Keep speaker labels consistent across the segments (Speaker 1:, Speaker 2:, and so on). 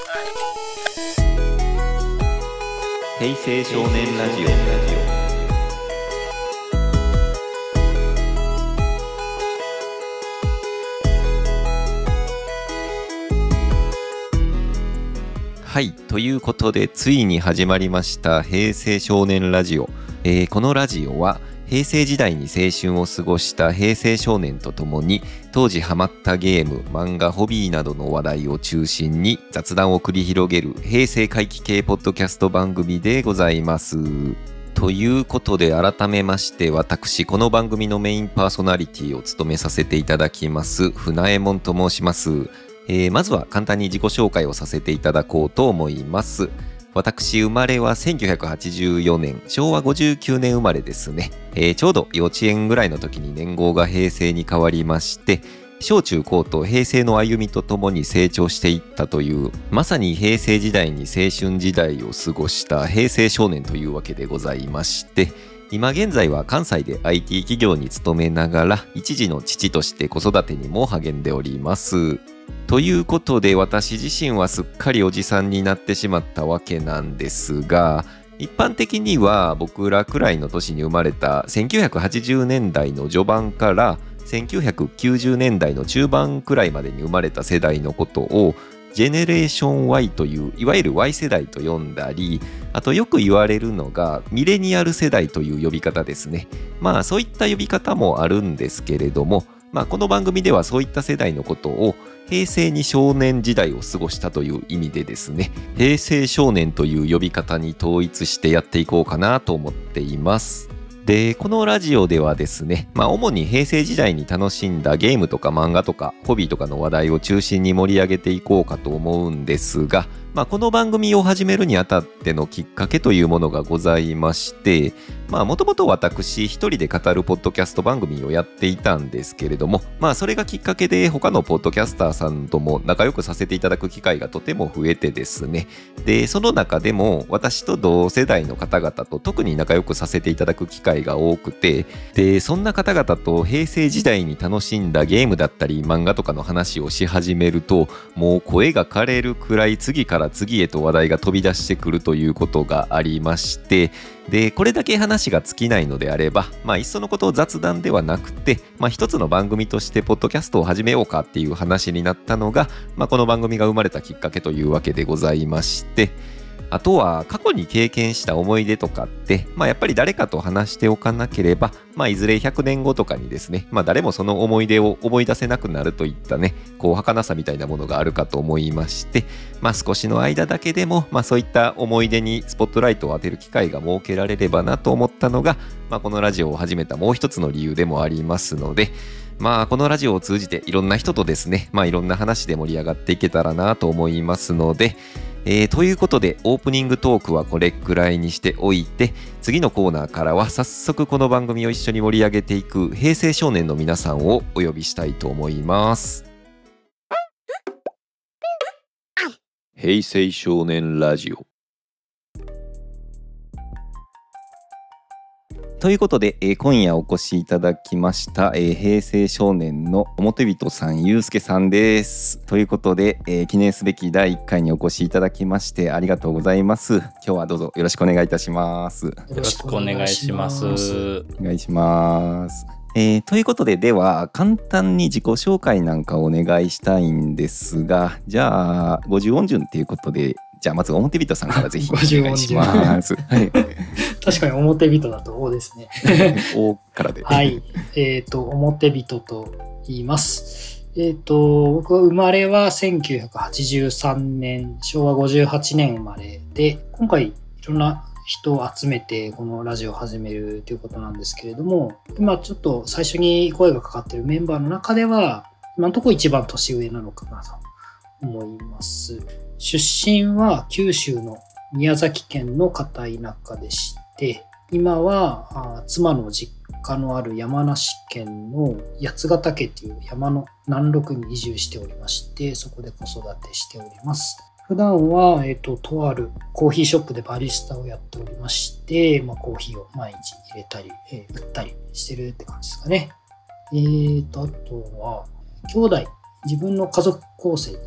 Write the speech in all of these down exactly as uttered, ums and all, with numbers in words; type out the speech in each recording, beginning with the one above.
Speaker 1: 平成少年ラジオ。はい、ということでついに始まりました平成少年ラジオ、えー、このラジオは平成時代に青春を過ごした平成少年とともに当時ハマったゲーム、漫画、ホビーなどの話題を中心に雑談を繰り広げる平成回帰系ポッドキャスト番組でございます。ということで改めまして私この番組のメインパーソナリティを務めさせていただきます船右衛門と申します。えー、まずは簡単に自己紹介をさせていただこうと思います。私生まれはせんきゅうひゃくはちじゅうよねん、しょうわごじゅうきゅうねん生まれですね。えー、ちょうど幼稚園ぐらいの時に年号が平成に変わりまして、小中高と平成の歩みとともに成長していったという、まさに平成時代に青春時代を過ごした平成少年というわけでございまして、今現在は関西で アイティー 企業に勤めながら一児の父として子育てにも励んでおります。ということで私自身はすっかりおじさんになってしまったわけなんですが、一般的には僕らくらいの年に生まれたせんきゅうひゃくはちじゅうねんだいの序盤からせんきゅうひゃくきゅうじゅうねんだいの中盤くらいまでに生まれた世代のことをジェネレーション ワイ といういわゆる ワイ 世代と呼んだり、あとよく言われるのがミレニアル世代という呼び方ですね。まあそういった呼び方もあるんですけれども、まあこの番組ではそういった世代のことを平成に少年時代を過ごしたという意味でですね、平成少年という呼び方に統一してやっていこうかなと思っています。で、このラジオではですね、まあ主に平成時代に楽しんだゲームとか漫画とかホビーとかの話題を中心に盛り上げていこうかと思うんですが、まあこの番組を始めるにあたってのきっかけというものがございまして、まあもともと私一人で語るポッドキャスト番組をやっていたんですけれども、まあそれがきっかけで他のポッドキャスターさんとも仲良くさせていただく機会がとても増えてですね、でその中でも私と同世代の方々と特に仲良くさせていただく機会が多くて、でそんな方々と平成時代に楽しんだゲームだったり漫画とかの話をし始めると、もう声が枯れるくらい次から次へと話題が飛び出してくるということがありまして、でこれだけ話が尽きないのであれば、まあいっそのことを雑談ではなくて、まあ一つの番組としてポッドキャストを始めようかっていう話になったのが、まあこの番組が生まれたきっかけというわけでございまして、あとは過去に経験した思い出とかって、まあやっぱり誰かと話しておかなければ、まあいずれひゃくねんごとかにですね、まあ誰もその思い出を思い出せなくなるといったね、こう儚さみたいなものがあるかと思いまして、まあ少しの間だけでも、まあそういった思い出にスポットライトを当てる機会が設けられればなと思ったのが、まあこのラジオを始めたもう一つの理由でもありますので、まあこのラジオを通じていろんな人とですね、まあいろんな話で盛り上がっていけたらなと思いますので、えー、ということでオープニングトークはこれくらいにしておいて、次のコーナーからは早速この番組を一緒に盛り上げていく平成少年の皆さんをお呼びしたいと思います。平成少年ラジオということで、えー、今夜お越しいただきました、えー、平成少年の表人さん、ゆうすけさんです。ということで、えー、記念すべきだいいっかいにお越しいただきましてありがとうございます。今日はどうぞよろしくお願いいたします。よ
Speaker 2: ろしくお願いします。
Speaker 1: お願いします。えー、ということで、では簡単に自己紹介なんかをお願いしたいんですが、じゃあごじゅう音順ということで、じゃあまず表人さんからぜひお願いします。はい、
Speaker 2: 確かに表人だとおですね。
Speaker 1: おからで。
Speaker 2: はい。えっ、ー、と表人と言います。えっ、ー、と僕は生まれはせんきゅうひゃくはちじゅうさんねん、しょうわごじゅうはちねん生まれで、今回いろんな人を集めてこのラジオを始めるということなんですけれども、今ちょっと最初に声がかかっているメンバーの中では今のところ一番年上なのかなと思います。出身は九州の宮崎県の片田舎でして、今は妻の実家のある山梨県の八ヶ岳という山の南麓に移住しておりまして、そこで子育てしております。普段は、えっと、とあるコーヒーショップでバリスタをやっておりまして、まあ、コーヒーを毎日入れたり、えー、売ったりしてるって感じですかね。えーと、あとは、兄弟、自分の家族構成というか、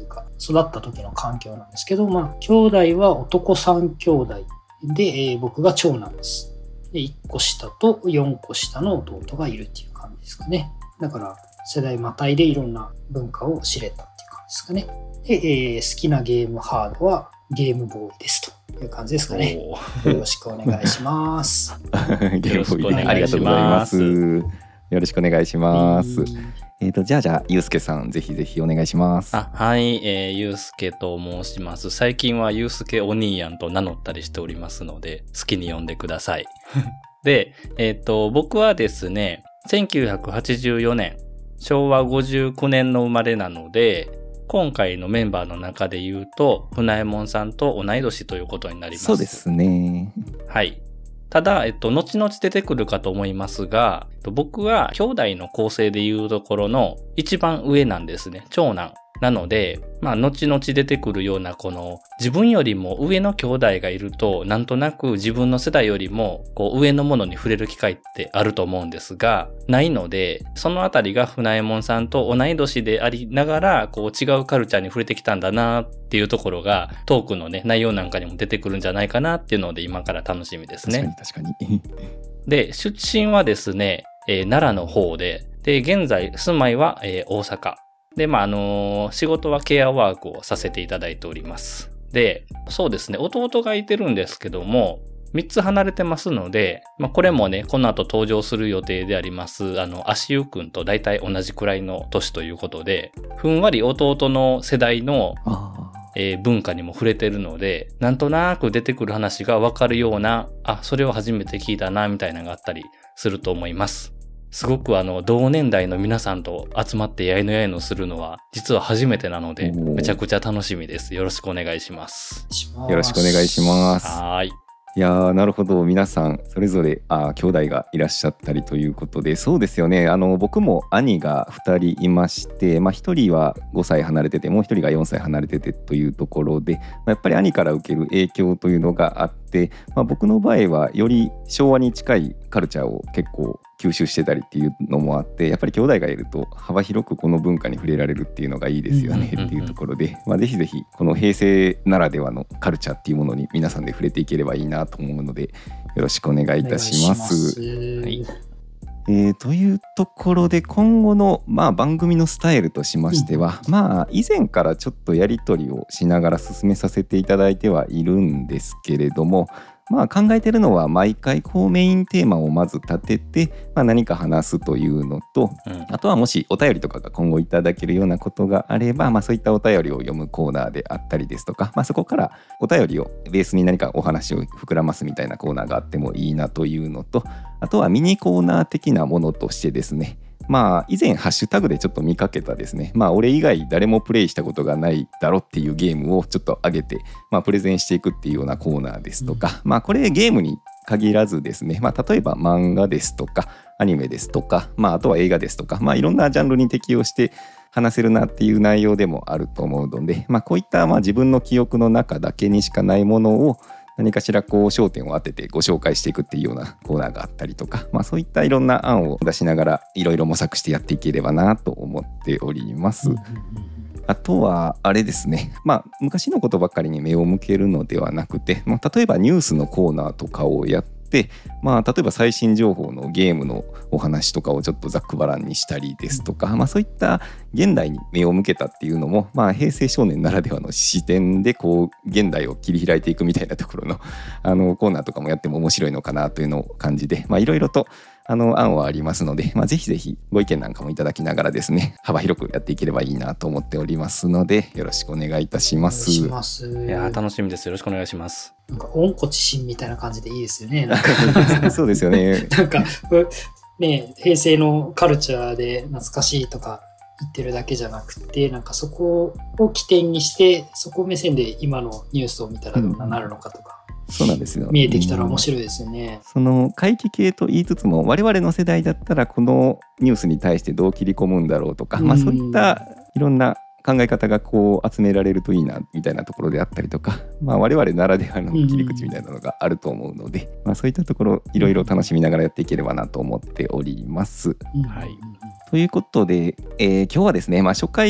Speaker 2: 育った時の環境なんですけど、まあ、兄弟は男さん兄弟で、えー、僕が長男です。で、いっこ下とよんこ下の弟がいるっていう感じですかね。だから世代またいでいろんな文化を知れたっていう感じですかね。で、えー、好きなゲームハードはゲームボーイですという感じですかね。よろしくお願いします。
Speaker 1: ゲームボーイね、ありがとうございます。よろしくお願いします。えーと、じゃあじゃあゆうすけさんぜひぜひお願いします。
Speaker 3: あ、はい、えー、ゆうすけと申します。最近はゆうすけお兄やんと名乗ったりしておりますので、好きに呼んでください。で、えっと、僕はですね、せんきゅうひゃくはちじゅうよねん、しょうわごじゅうきゅうねんの生まれなので、今回のメンバーの中で言うと、船右衛門さんと同い年ということになります。
Speaker 1: そうですね。
Speaker 3: はい。ただ、えっと、後々出てくるかと思いますが、僕は兄弟の構成でいうところの一番上なんですね。長男。なので、まあ、後々出てくるようなこの自分よりも上の兄弟がいると、なんとなく自分の世代よりもこう上のものに触れる機会ってあると思うんですが、ないので、そのあたりが船右衛門さんと同い年でありながら、こう違うカルチャーに触れてきたんだなっていうところが、トークのね、内容なんかにも出てくるんじゃないかなっていうので、今から楽しみですね。
Speaker 1: 確かに確かに。
Speaker 3: で、出身はですね、えー、奈良の方で、で、現在住まいは、えー、大阪。で、まあ、あのー、仕事はケアワークをさせていただいております。で、そうですね、弟がいてるんですけども、みっつ離れてますので、まあ、これもね、この後登場する予定であります、あの、足湯くんと大体同じくらいの年ということで、ふんわり弟の世代の、えー、文化にも触れてるので、なんとなく出てくる話がわかるような、あ、それを初めて聞いたな、みたいなのがあったりすると思います。すごくあの同年代の皆さんと集まってやいのやいのするのは実は初めてなのでめちゃくちゃ楽しみです。よろしくお願いします。
Speaker 1: よろしくお願いします。
Speaker 3: はい。
Speaker 1: いやー、なるほど。皆さんそれぞれあ兄弟がいらっしゃったりということで、そうですよね。あの僕も兄がふたりいまして、まあ、ひとりはごさい離れてて、もうひとりがよんさい離れててというところで、まあ、やっぱり兄から受ける影響というのがあって、まあ、僕の場合はより昭和に近いカルチャーを結構吸収してたりっていうのもあって、やっぱり兄弟がいると幅広くこの文化に触れられるっていうのがいいですよねっていうところで、まあ、ぜひぜひこの平成ならではのカルチャーっていうものに皆さんで触れていければいいなと思うので、よろしくお願いいたします。はい。えー、というところで今後の、まあ、番組のスタイルとしましては、うん、まあ以前からちょっとやり取りをしながら進めさせていただいてはいるんですけれども、まあ、考えてるのは毎回こうメインテーマをまず立てて、まあ、何か話すというのと、うん、あとはもしお便りとかが今後いただけるようなことがあれば、まあ、そういったお便りを読むコーナーであったりですとか、まあ、そこからお便りをベースに何かお話を膨らますみたいなコーナーがあってもいいなというのと、あとはミニコーナー的なものとしてですね、まあ以前ハッシュタグでちょっと見かけたですね、まあ俺以外誰もプレイしたことがないだろっていうゲームをちょっと上げて、まあプレゼンしていくっていうようなコーナーですとか、うん、まあこれゲームに限らずですね、まあ例えば漫画ですとかアニメですとか、まああとは映画ですとか、まあいろんなジャンルに適用して話せるなっていう内容でもあると思うので、まあこういったまあ自分の記憶の中だけにしかないものを何かしらこう焦点を当ててご紹介していくっていうようなコーナーがあったりとか、まあ、そういったいろんな案を出しながらいろいろ模索してやっていければなと思っております。あとはあれですね、まあ、昔のことばっかりに目を向けるのではなくて、まあ、例えばニュースのコーナーとかをやって、まあ、例えば最新情報のゲームのお話とかをちょっとざっくばらんにしたりですとか、まあ、そういった現代に目を向けたっていうのも、まあ、平成少年ならではの視点でこう現代を切り開いていくみたいなところの、あのコーナーとかもやっても面白いのかなというのを感じで、まあ、いろいろとあの案はありますので、まあ、ぜひぜひご意見なんかもいただきながらですね、幅広くやっていければいいなと思っておりますので、よろしくお願いいたします。
Speaker 2: お願いします。
Speaker 3: いや楽しみです。よろしくお願いします。
Speaker 2: なんか温故知新みたいな感じでいいですよね。なんか
Speaker 1: そうですよね。
Speaker 2: なんかね、平成のカルチャーで懐かしいとか言ってるだけじゃなくて、なんかそこを起点にしてそこ目線で今のニュースを見たらどうなるのかとか、
Speaker 1: うん、そうなんですよ。
Speaker 2: 見えてきたら面白いですよね。
Speaker 1: その怪奇系と言いつつも我々の世代だったらこのニュースに対してどう切り込むんだろうとか、うん、まあ、そういったいろんな考え方がこう集められるといいなみたいなところであったりとか、まあ、我々ならではの切り口みたいなのがあると思うので、うん、まあ、そういったところいろいろ楽しみながらやっていければなと思っております。
Speaker 3: うん、はい。
Speaker 1: ということで、えー、今日はですね、まあ、初回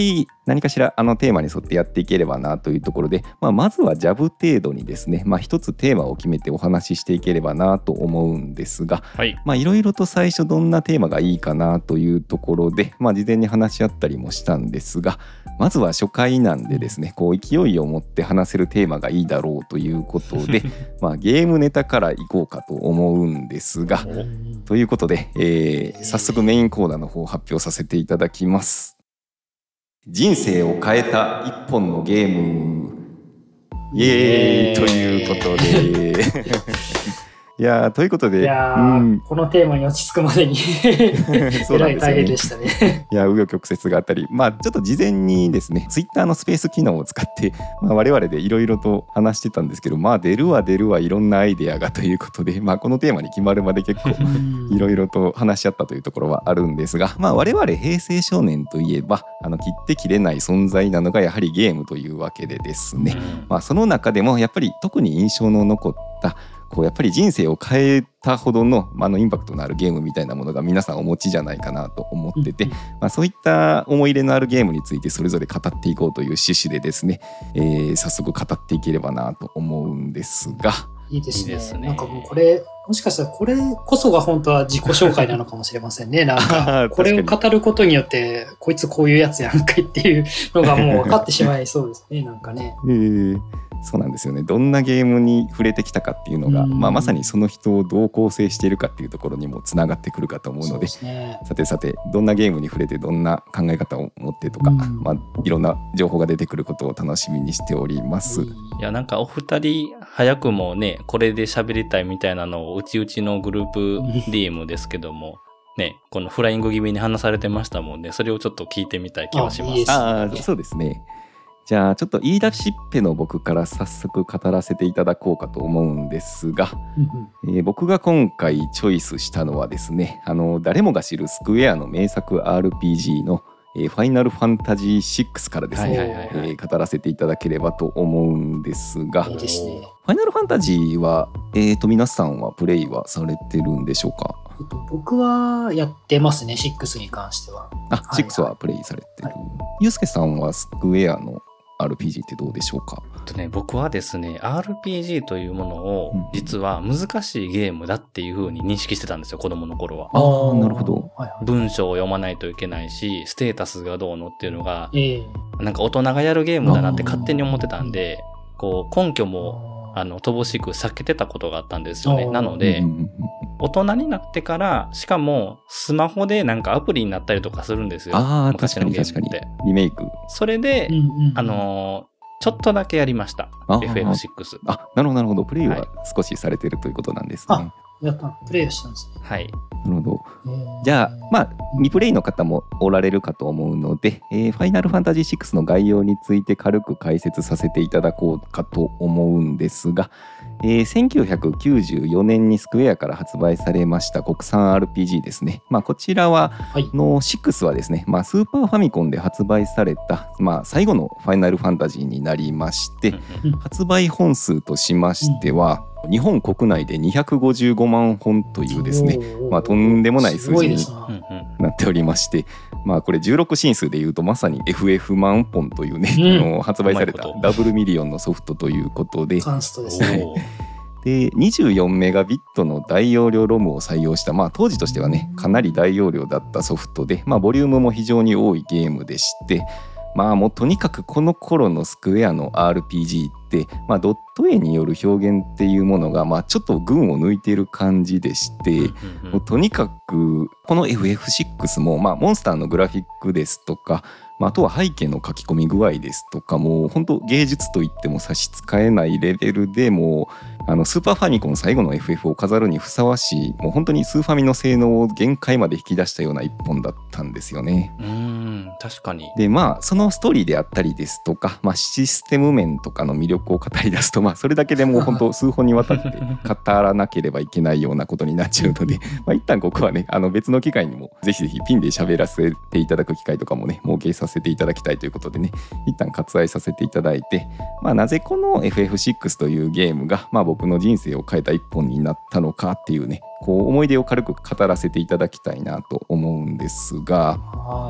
Speaker 1: 何かしらあのテーマに沿ってやっていければなというところで、まあ、まずはジャブ程度にですね、まあ、一つテーマを決めてお話ししていければなと思うんですが、
Speaker 3: はい
Speaker 1: まあいろいろと最初どんなテーマがいいかなというところで、まあ、事前に話し合ったりもしたんですが、まずは初回なんでですね、こう勢いを持って話せるテーマがいいだろうということでまあゲームネタからいこうかと思うんですが、ということで、えー、早速メインコーナーの方を発表させていただきます。人生を変えた一本のゲーム、イエーイということでいやーということで、
Speaker 2: いやー、うん、このテーマに落ち着くまでにえらい大変でしたね
Speaker 1: いや紆余曲折があったり、まあちょっと事前にですねツイッターのスペース機能を使って、まあ、我々でいろいろと話してたんですけど、まあ出るわ出るわいろんなアイデアがということで、まあこのテーマに決まるまで結構いろいろと話し合ったというところはあるんですが、まあ我々平成少年といえばあの切って切れない存在なのがやはりゲームというわけでですね、まあその中でもやっぱり特に印象の残ったこうやっぱり人生を変えたほどの、まあ、のインパクトのあるゲームみたいなものが皆さんお持ちじゃないかなと思ってて、まあ、そういった思い入れのあるゲームについてそれぞれ語っていこうという趣旨でですね、えー、早速語っていければなと思うんですが、
Speaker 2: いいですね。いいですね。なんかもうこれもしかしたらこれこそが本当は自己紹介なのかもしれませんね。なんかこれを語ることによってこいつこういうやつやんかいっていうのがもう分かってしまいそうですね。なんかね。
Speaker 1: えーそうなんですよね。どんなゲームに触れてきたかっていうのが、まあ、まさにその人をどう構成しているかっていうところにもつながってくるかと思うので、
Speaker 2: ね、
Speaker 1: さてさてどんなゲームに触れてどんな考え方を持ってとか、まあ、いろんな情報が出てくることを楽しみにしております。
Speaker 3: いやなんかお二人早くもねこれで喋りたいみたいなのをうちうちのグループ ディーエム ですけどもね、このフライング気味に話されてましたもんね。それをちょっと聞いてみたい気がします。
Speaker 2: あ、いいですね。
Speaker 1: ああ、そうですね。じゃあちょっと言い出しっぺの僕から早速語らせていただこうかと思うんですが、えー、僕が今回チョイスしたのはですね、あの誰もが知るスクエアの名作 アールピージー の、えー、ファイナルファンタジーシックスからですね語らせていただければと思うんですが、
Speaker 2: いいですね。
Speaker 1: ファイナルファンタジーは、えー、と皆さんはプレイはされてるんでしょうか？
Speaker 2: えっと、僕はやってますね、シックスに関しては。
Speaker 1: あ、はいはい、シックスはプレイされてる。はい、ゆうすけさんはスクエアのアールピージー ってどうでしょうか？
Speaker 3: とね、僕はですね アールピージー というものを実は難しいゲームだっていう風に認識してたんですよ、子供の頃は。
Speaker 1: ああ、なるほど。
Speaker 3: 文章を読まないといけないしステータスがどうのっていうのが、
Speaker 2: えー、
Speaker 3: なんか大人がやるゲームだなって勝手に思ってたんで、こう根拠もあの乏しく避けてたことがあったんですよね。なので、うん、大人になってからしかもスマホでなんかアプリになったりとかするんですよ。
Speaker 1: ああ、確かに確かにリメイク。
Speaker 3: それで、うんうん、あのちょっとだけやりました。エフエフシックス。
Speaker 1: あ、なるほどなるほど。プレイは少しされてるということなんですね。
Speaker 2: はい、やったプレイしたんですね。
Speaker 3: はい。
Speaker 1: なるほど。じゃあまあ未プレイの方もおられるかと思うので、えー、ファイナルファンタジーシックスの概要について軽く解説させていただこうかと思うんですが、えー、せんきゅうひゃくきゅうじゅうよねんにスクエアから発売されました国産 アールピージー ですね。まあ、こちらは、はい、のシックスはですね、まあ、スーパーファミコンで発売された、まあ、最後のファイナルファンタジーになりまして、うん、発売本数としましては、うん、日本国内でにひゃくごじゅうごまんほんというですね、まあ、とんでもない数字になっておりまして、まあ、これじゅうろく進数でいうとまさに エフエフ 万本というね、うん、あの発売されたダブルミリオンのソフトということで、
Speaker 2: カンストですね。
Speaker 1: でにじゅうよんメガビットの大容量ロムを採用した、まあ、当時としてはねかなり大容量だったソフトで、まあ、ボリュームも非常に多いゲームでして、まあもうとにかくこの頃のスクエアの アールピージーって、まあ、ドット絵による表現っていうものが、まあ、ちょっと群を抜いている感じでして、もうとにかくこの エフエフシックス も、まあ、モンスターのグラフィックですとか、まあ、あとは背景の書き込み具合ですとか、もう本当芸術といっても差し支えないレベルで、もうあのスーパーファミコン最後の エフエフ を飾るにふさわしい、もう本当にスーファミの性能を限界まで引き出したような一本だったんですよね。
Speaker 3: うーん、確かに。
Speaker 1: でまあそのストーリーであったりですとか、まあ、システム面とかの魅力を語り出すと、まあ、それだけでもう本当数本にわたって語らなければいけないようなことになっちゃうのでまあ一旦ここはね、あの別の機会にもぜひぜひピンで喋らせていただく機会とかもね設けさせていただきたいということでね、一旦割愛させていただいて、まあ、なぜこの エフエフシックス というゲームが、まあ、僕の人生を変えた一本になったのかっていうね、こう思い出を軽く語らせていただきたいなと思うんですが、
Speaker 2: はい、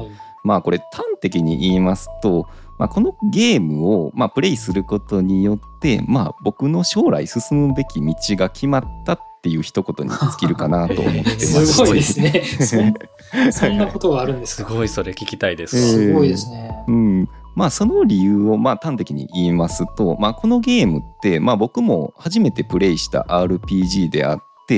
Speaker 1: まあこれ端的に言いますと、まあ、このゲームをまあプレイすることによって、まあ、僕の将来進むべき道が決まったっていう一言に尽きるかなと思ってまして
Speaker 2: すごいですねそん。そんなことがあるんですか。
Speaker 3: すごい、それ聞きたいです。
Speaker 1: えー
Speaker 2: すごいですね。
Speaker 1: うん、まあその理由をまあ端的に言いますと、まあ、このゲームって、まあ、僕も初めてプレイした アールピージー であって、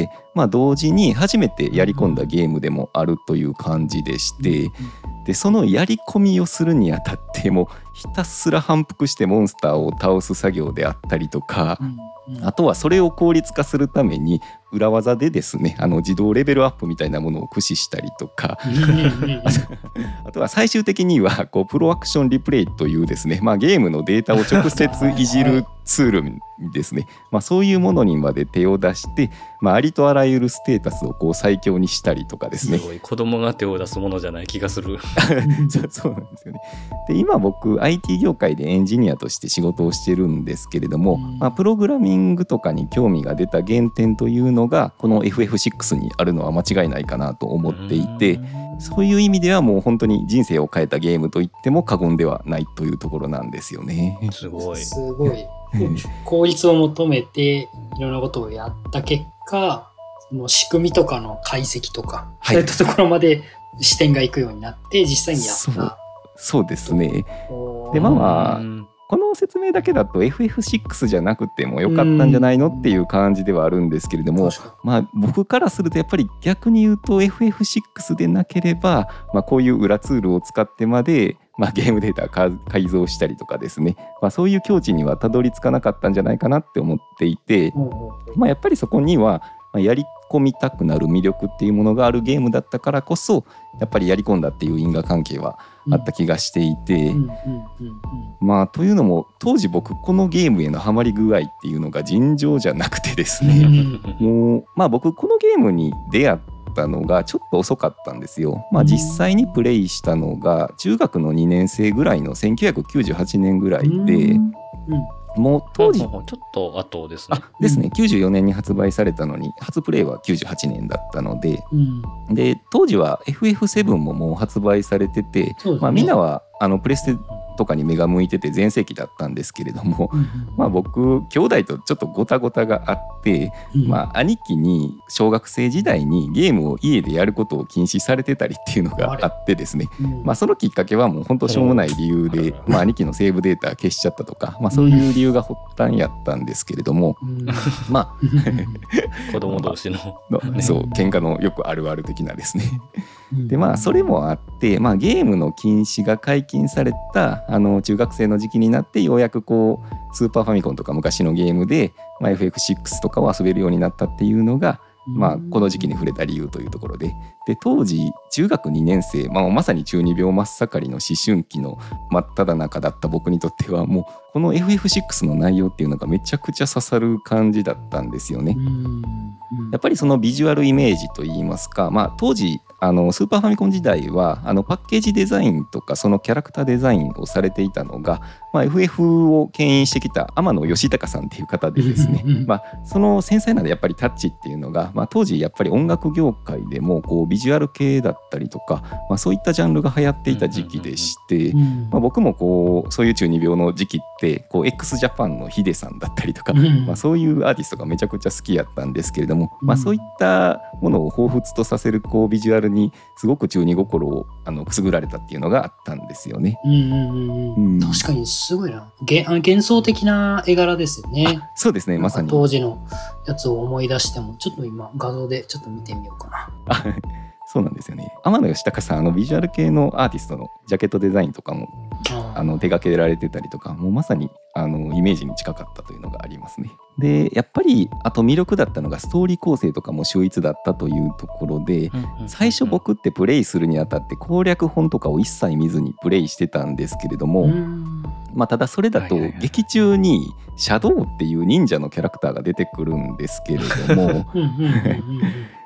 Speaker 1: まあ、同時に初めてやり込んだゲームでもあるという感じでして、でそのやり込みをするにあたってもひたすら反復してモンスターを倒す作業であったりとか、
Speaker 2: うんうん、
Speaker 1: あとはそれを効率化するために裏技でですね、あの自動レベルアップみたいなものを駆使したりとかあとは最終的にはこうプロアクションリプレイというですね、まあ、ゲームのデータを直接いじるツールですね、まあ、そういうものにまで手を出して、まあ、ありとあらゆるステータスをこう最強にしたりとかですね。
Speaker 3: すごい、子供が手を出すものじゃない気がする
Speaker 1: そうそうなんですよね。で今僕 アイティー 業界でエンジニアとして仕事をしてるんですけれども、まあ、プログラミングとかに興味が出た原点というのがこの エフエフシックス にあるのは間違いないかなと思っていて、そういう意味ではもう本当に人生を変えたゲームと言っても過言ではないというところなんですよね。
Speaker 3: すごい
Speaker 2: すごい効率を求めていろんなことをやった結果、その仕組みとかの解析とか、はい、そういったところまで視点がいくようになって実際にやった。
Speaker 1: そう、そうですね。でまあまあこの説明だけだと エフエフシックス じゃなくてもよかったんじゃないのっていう感じではあるんですけれども、まあ僕からするとやっぱり逆に言うと エフエフシックス でなければ、まあ、こういう裏ツールを使ってまで、まあ、ゲームデータ改造したりとかですね、まあ、そういう境地にはたどり着かなかったんじゃないかなって思っていて、まあ、やっぱりそこにはやり込みたくなる魅力っていうものがあるゲームだったからこそやっぱりやり込んだっていう因果関係はあった気がしていて、まあというのも当時僕このゲームへのハマり具合っていうのが尋常じゃなくてですね、もうまあ僕このゲームに出会ったのがちょっと遅かったんですよ。まあ実際にプレイしたのが中学のにねん生ぐらいのせんきゅうひゃくきゅうじゅうはちねんぐらいで、もう当時ち
Speaker 3: ょっと後ですね。
Speaker 1: あですね、きゅうじゅうよねんに発売されたのに初プレイはきゅうじゅうはちねんだったので、うん、で当時は エフエフセブン ももう発売されてて、ね、まあ、みんなはあのプレステとかに目が向いてて全盛期だったんですけれども、うん、まあ僕兄弟とちょっとごたごたがあって、うん、まあ兄貴に小学生時代にゲームを家でやることを禁止されてたりっていうのがあってですね、うん、まあそのきっかけはもう本当しょうもない理由で、まあ兄貴のセーブデータ消しちゃったとか、まあそういう理由が発端やったんですけれども、うん、ま
Speaker 3: あ子供同士の、
Speaker 1: ね、そう喧嘩のよくあるある的なですね。でまあそれもあって、まあ、ゲームの禁止が解禁されたあの中学生の時期になってようやくこうスーパーファミコンとか昔のゲームで、まあ、エフエフシックス とかを遊べるようになったっていうのが、まあ、この時期に触れた理由というところで、で当時中学にねん生、まあ、まさに中二病真っ盛りの思春期の真っ只中だった僕にとってはもうこの エフエフシックス の内容っていうのがめちゃくちゃ刺さる感じだったんですよね。やっぱりそのビジュアルイメージといいますか、まあ、当時あのスーパーファミコン時代はあのパッケージデザインとかそのキャラクターデザインをされていたのが、まあ、エフエフ を牽引してきた天野義隆さんっていう方でですねまあその繊細なやっぱりタッチっていうのが、まあ、当時やっぱり音楽業界でもこうビジュアル系だったりとか、まあ、そういったジャンルが流行っていた時期でして、まあ、僕もこうそういう中二病の時期ってこう x ジャパンのヒデさんだったりとか、まあ、そういうアーティストがめちゃくちゃ好きやったんですけれども、まあ、そういったものを彷幻とさせるこうビジュアルにすごく中二心をあのくすぐられたっていうのがあったんですよね。
Speaker 2: うんうんうん、確かにすごいな。げ幻想的な絵柄ですよね。
Speaker 1: そうですね、まさに
Speaker 2: 当時のやつを思い出してもちょっと今画像でちょっと見てみようかな。
Speaker 1: そうなんですよね。天野義隆さん、あのビジュアル系のアーティストのジャケットデザインとかもあの手掛けられてたりとか、もうまさにあのイメージに近かったというのがありますね。でやっぱりあと魅力だったのがストーリー構成とかも秀逸だったというところで、最初僕ってプレイするにあたって攻略本とかを一切見ずにプレイしてたんですけれども、まあ、ただそれだと劇中にシャドウっていう忍者のキャラクターが出てくるんですけれども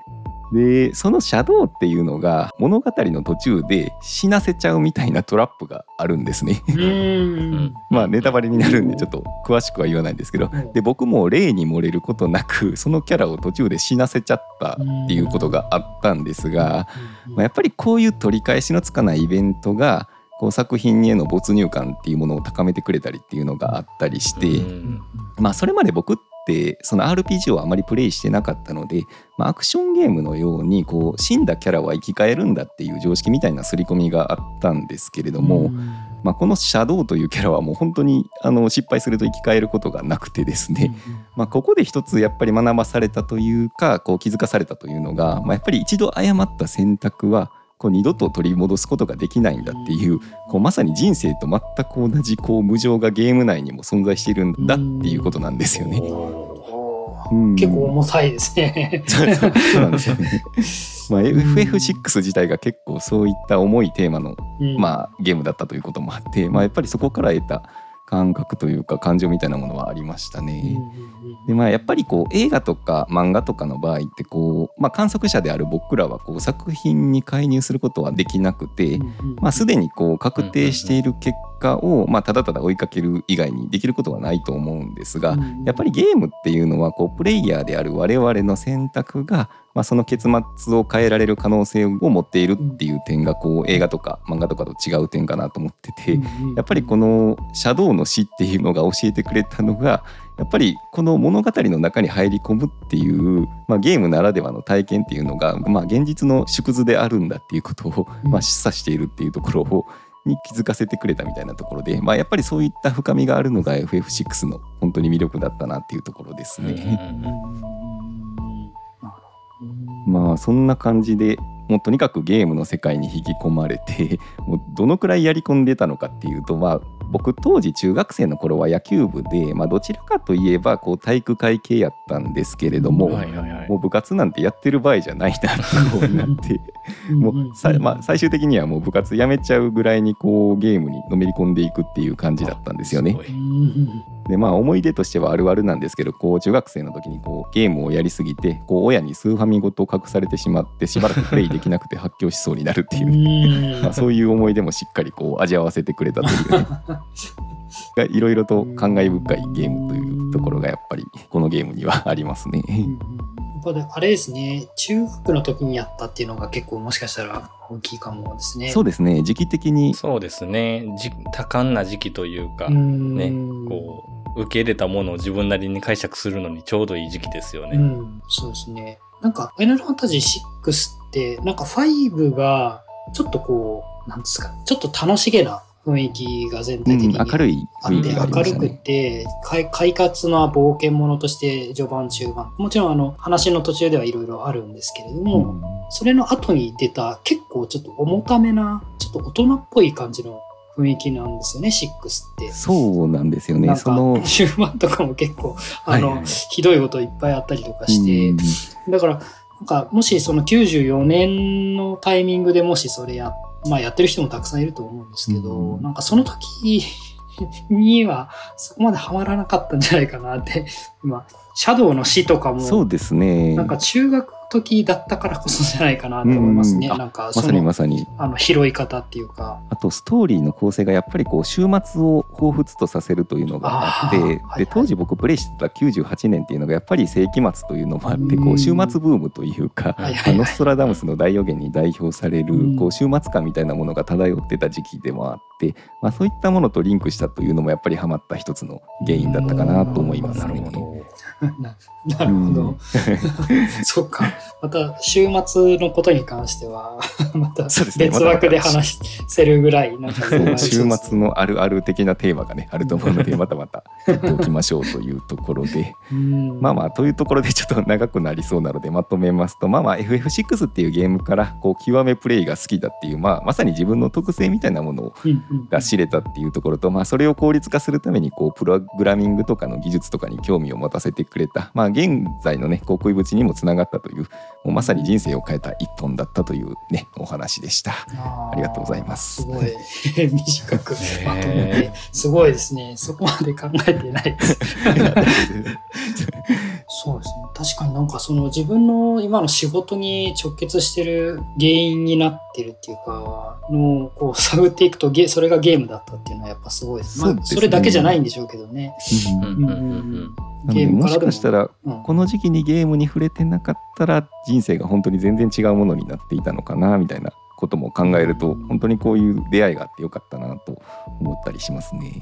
Speaker 1: でそのシャドウっていうのが物語の途中で死なせちゃうみたいなトラップがあるんですね
Speaker 2: うん
Speaker 1: まあネタバレになるんでちょっと詳しくは言わないんですけど、で僕も例に漏れることなくそのキャラを途中で死なせちゃったっていうことがあったんですが、まあ、やっぱりこういう取り返しのつかないイベントがこう作品への没入感っていうものを高めてくれたりっていうのがあったりして、まあそれまで僕ってその アールピージー をあまりプレイしてなかったので、まあ、アクションゲームのようにこう死んだキャラは生き返るんだっていう常識みたいな刷り込みがあったんですけれども、まあ、このシャドウというキャラはもう本当にあの失敗すると生き返ることがなくてですね、まあ、ここで一つやっぱり学ばされたというかこう気づかされたというのが、まあ、やっぱり一度誤った選択はこう二度と取り戻すことができないんだっていう、こうまさに人生と全く同じこう無常がゲーム内にも存在しているんだっていうことなんですよね。うん、
Speaker 2: 結構重たいですね
Speaker 1: そうそうそうなんですよねまあ エフエフシックス 自体が結構そういった重いテーマの、まあ、ゲームだったということもあって、まあ、やっぱりそこから得た感覚というか感情みたいなものはありましたね。で、まあ、やっぱりこう映画とか漫画とかの場合ってこう、まあ、観測者である僕らはこう作品に介入することはできなくて、まあ、すでにこう確定している結果を、まあ、ただただ追いかける以外にできることはないと思うんですが、やっぱりゲームっていうのはこうプレイヤーである我々の選択が、まあ、その結末を変えられる可能性を持っているっていう点がこう映画とか漫画とかと違う点かなと思ってて、やっぱりこのシャドウの死っていうのが教えてくれたのがやっぱりこの物語の中に入り込むっていう、まあ、ゲームならではの体験っていうのが、まあ、現実の縮図であるんだっていうことを、まあ、示唆しているっていうところをに気づかせてくれたみたいなところで、まあ、やっぱりそういった深みがあるのが エフエフシックス の本当に魅力だったなっていうところですね。まあそんな感じでもうとにかくゲームの世界に引き込まれて、もうどのくらいやり込んでたのかっていうと、まあ僕当時中学生の頃は野球部で、まあ、どちらかといえばこう体育会系やったんですけれども、はいはいはい、もう部活なんてやってる場合じゃないなとなってもうさ、まあ、最終的にはもう部活やめちゃうぐらいにこうゲームにのめり込んでいくっていう感じだったんですよね。でまあ思い出としてはあるあるなんですけど、こう中学生の時にこうゲームをやりすぎてこう親にスーファミごと隠されてしまってしばらくプレイできなくて発狂しそうになるっていうまあそういう思い出もしっかりこう味わわせてくれたというねいろいろと感慨深いゲームというところがやっぱりこのゲームにはありますね。
Speaker 2: やっぱあれですね、中学の時にやったっていうのが結構もしかしたら大きいかもですね。
Speaker 1: そうですね、時期的に
Speaker 3: そうですね、じ多感な時期というかね、こう受け入れたものを自分なりに解釈するのにちょうどいい時期ですよね。
Speaker 2: うん、そうですね。なんかファイナルファンタジーシックスってなんかファイブがちょっとこうなんですか、ちょっと楽しげな雰囲気が全体的にあって、
Speaker 1: うん、明るい雰囲気がありましたね。
Speaker 2: 明るくて快活な冒険者として序盤中盤もちろんあの話の途中ではいろいろあるんですけれども、うん、それの後に出た結構ちょっと重ためなちょっと大人っぽい感じの雰囲気なんですよね、シックスって。
Speaker 1: そうなんですよね。
Speaker 2: なんかその終盤とかも結構あの、はいはい、ひどいこといっぱいあったりとかして、うん、だからなんかもしそのきゅうじゅうよねんのタイミングでもしそれやまあやってる人もたくさんいると思うんですけど、うん、なんかその時にはそこまでハマらなかったんじゃないかなって今シャドウの死とかも
Speaker 1: そうですね、
Speaker 2: なんか中学時だったからこそじゃないかなと思いますね。
Speaker 1: うん、
Speaker 2: なんか
Speaker 1: そのまさにまさに
Speaker 2: あの拾い方っていうか、
Speaker 1: あとストーリーの構成がやっぱりこう週末を彷彿とさせるというのがあって、
Speaker 2: はいはい、
Speaker 1: で当時僕プレイしてたきゅうじゅうはちねんっていうのがやっぱり世紀末というのもあってこう週末ブームというか、はいはいはい、ノストラダムスの大予言に代表されるこう週末感みたいなものが漂ってた時期でもあって、まあ、そういったものとリンクしたというのもやっぱりハマった一つの原因だったかなと思いますね。
Speaker 2: なるほどな, なるほどそうか、また週末のことに関してはまた別枠で話せるぐらいなんか
Speaker 1: 週末のあるある的なテーマがねあると思うのでまたまたやっておきましょうというところでまあまあというところでちょっと長くなりそうなのでまとめますと、まあまあ エフエフシックス っていうゲームからこう極めプレイが好きだっていう、まあ、まさに自分の特性みたいなものが知れたっていうところと、まあ、それを効率化するためにこうプログラミングとかの技術とかに興味を持たせてくれた、まあ、現在のねこう恋淵にもつながったという、もうまさに人生を変えた一本だったというねお話でした。 あ, ありがとうございます。
Speaker 2: すごい短くまとめてすごいですね。そこまで考えてないですそうですね。確かになんかその自分の今の仕事に直結してる原因になってるっていうか、のをこう探っていくとゲ、それがゲームだったっていうのはやっぱすごいです。まあ、それだけじゃないんでしょうけどね。
Speaker 3: うんうんうんうん
Speaker 1: なのでもしかしたらこの時期にゲームに触れてなかったら人生が本当に全然違うものになっていたのかなみたいなことも考えると、本当にこういう出会いがあってよかったなと思ったりしますね。
Speaker 3: うん。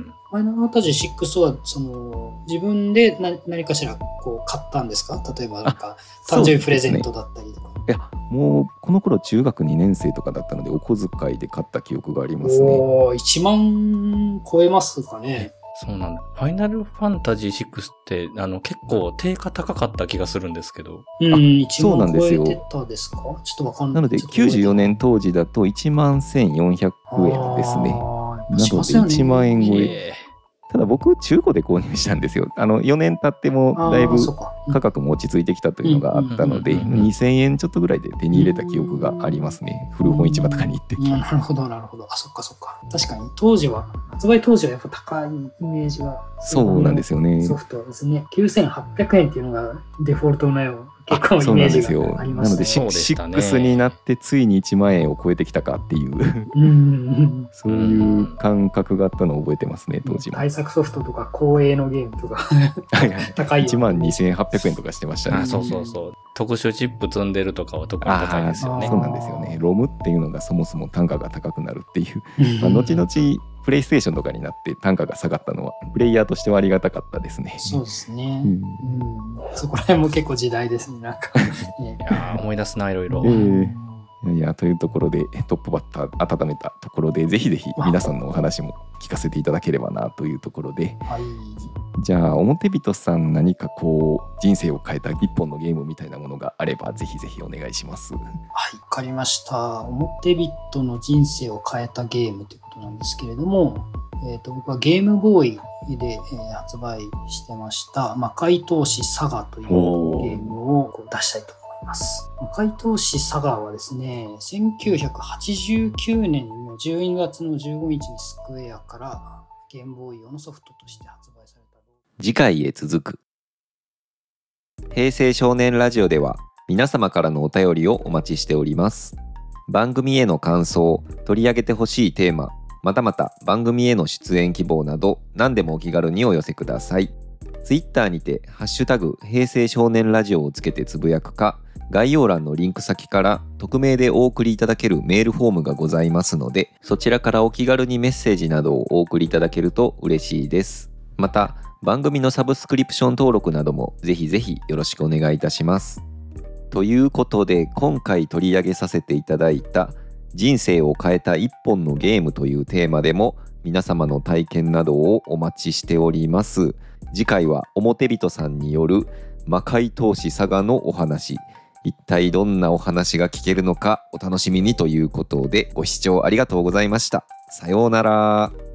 Speaker 2: ファイナルファンタジーシックスはその自分で何、何かしらこう買ったんですか？例えばなんか誕生日プレゼントだったりとか。
Speaker 1: いやもうこの頃中学にねん生とかだったのでお小遣いで買った記憶がありますね。
Speaker 2: おー、いちまん超えますかね。
Speaker 3: そうなんだ。ファイナルファンタジーシックスってあの結構定価高かった気がするんですけど。
Speaker 2: うん、いちまん超えてたですか？ちょっとわかんない。
Speaker 1: なのできゅうじゅうよねん当時だといちまんせんよんひゃくえんですね。なのでいちまんえん超え。ただ僕中古で購入したんですよ。あのよねん経ってもだいぶ価格も落ち着いてきたというのがあったのでにせんえんちょっとぐらいで手に入れた記憶がありますね。古本市場とかに行って。
Speaker 2: なるほどなるほど。あ、そっかそっか。確かに当時は発売当時はやっぱ高いイメージが。
Speaker 1: そうなんですよね。
Speaker 2: ソフトですね。きゅうせんはっぴゃくえんっていうのがデフォルトのよう。結構イメージがありますね。
Speaker 1: なのでシックスになってついにいちまんえんを超えてきたかっていう
Speaker 2: うん
Speaker 1: そういう感覚があったのを覚えてますね当時も。
Speaker 2: 対策ソフトとか公営のゲームとか高い
Speaker 1: いちまんにせんはっぴゃくえんとかしてましたね。
Speaker 3: あ、そうそうそう。特殊チップ積んでるとかは特に高いですよね。
Speaker 1: そうなんですよね。ロムっていうのがそもそも単価が高くなるっていう、まあ、後々プレイステーションとかになって単価が下がったのはプレイヤーとしてはありがたかったですね。
Speaker 2: そうですね、
Speaker 1: うん
Speaker 2: うん、そこら辺も結構時代ですねなんか
Speaker 3: いや思い出すないろいろ、
Speaker 1: えーいやいやというところでトップバッター温めたところでぜひぜひ皆さんのお話も聞かせていただければなというところで、
Speaker 2: はい、
Speaker 1: じゃあ表人さん何かこう人生を変えた一本のゲームみたいなものがあればぜひぜひお願いします。
Speaker 2: はい、わかりました。表人の人生を変えたゲームということなんですけれども、えー、と僕はゲームボーイで、えー、発売してました魔界闘士サガというゲームをこう出したいと思います。魔界闘士サガはですね、せんきゅうひゃくはちじゅうきゅうねんのじゅうにがつのじゅうごにちにスクエアからゲームボーイ用のソフトとして発売された。
Speaker 1: 次回へ続く。平成少年ラジオでは皆様からのお便りをお待ちしております。番組への感想、取り上げてほしいテーマ、またまた番組への出演希望など何でもお気軽にお寄せください。ツイッターにてハッシュタグ平成少年ラジオをつけてつぶやくか、概要欄のリンク先から匿名でお送りいただけるメールフォームがございますので、そちらからお気軽にメッセージなどをお送りいただけると嬉しいです。また番組のサブスクリプション登録などもぜひぜひよろしくお願いいたします。ということで今回取り上げさせていただいた人生を変えた一本のゲームというテーマでも皆様の体験などをお待ちしております。次回は表人さんによる魔界闘士サガのお話、一体どんなお話が聞けるのかお楽しみにということでご視聴ありがとうございました。さようなら。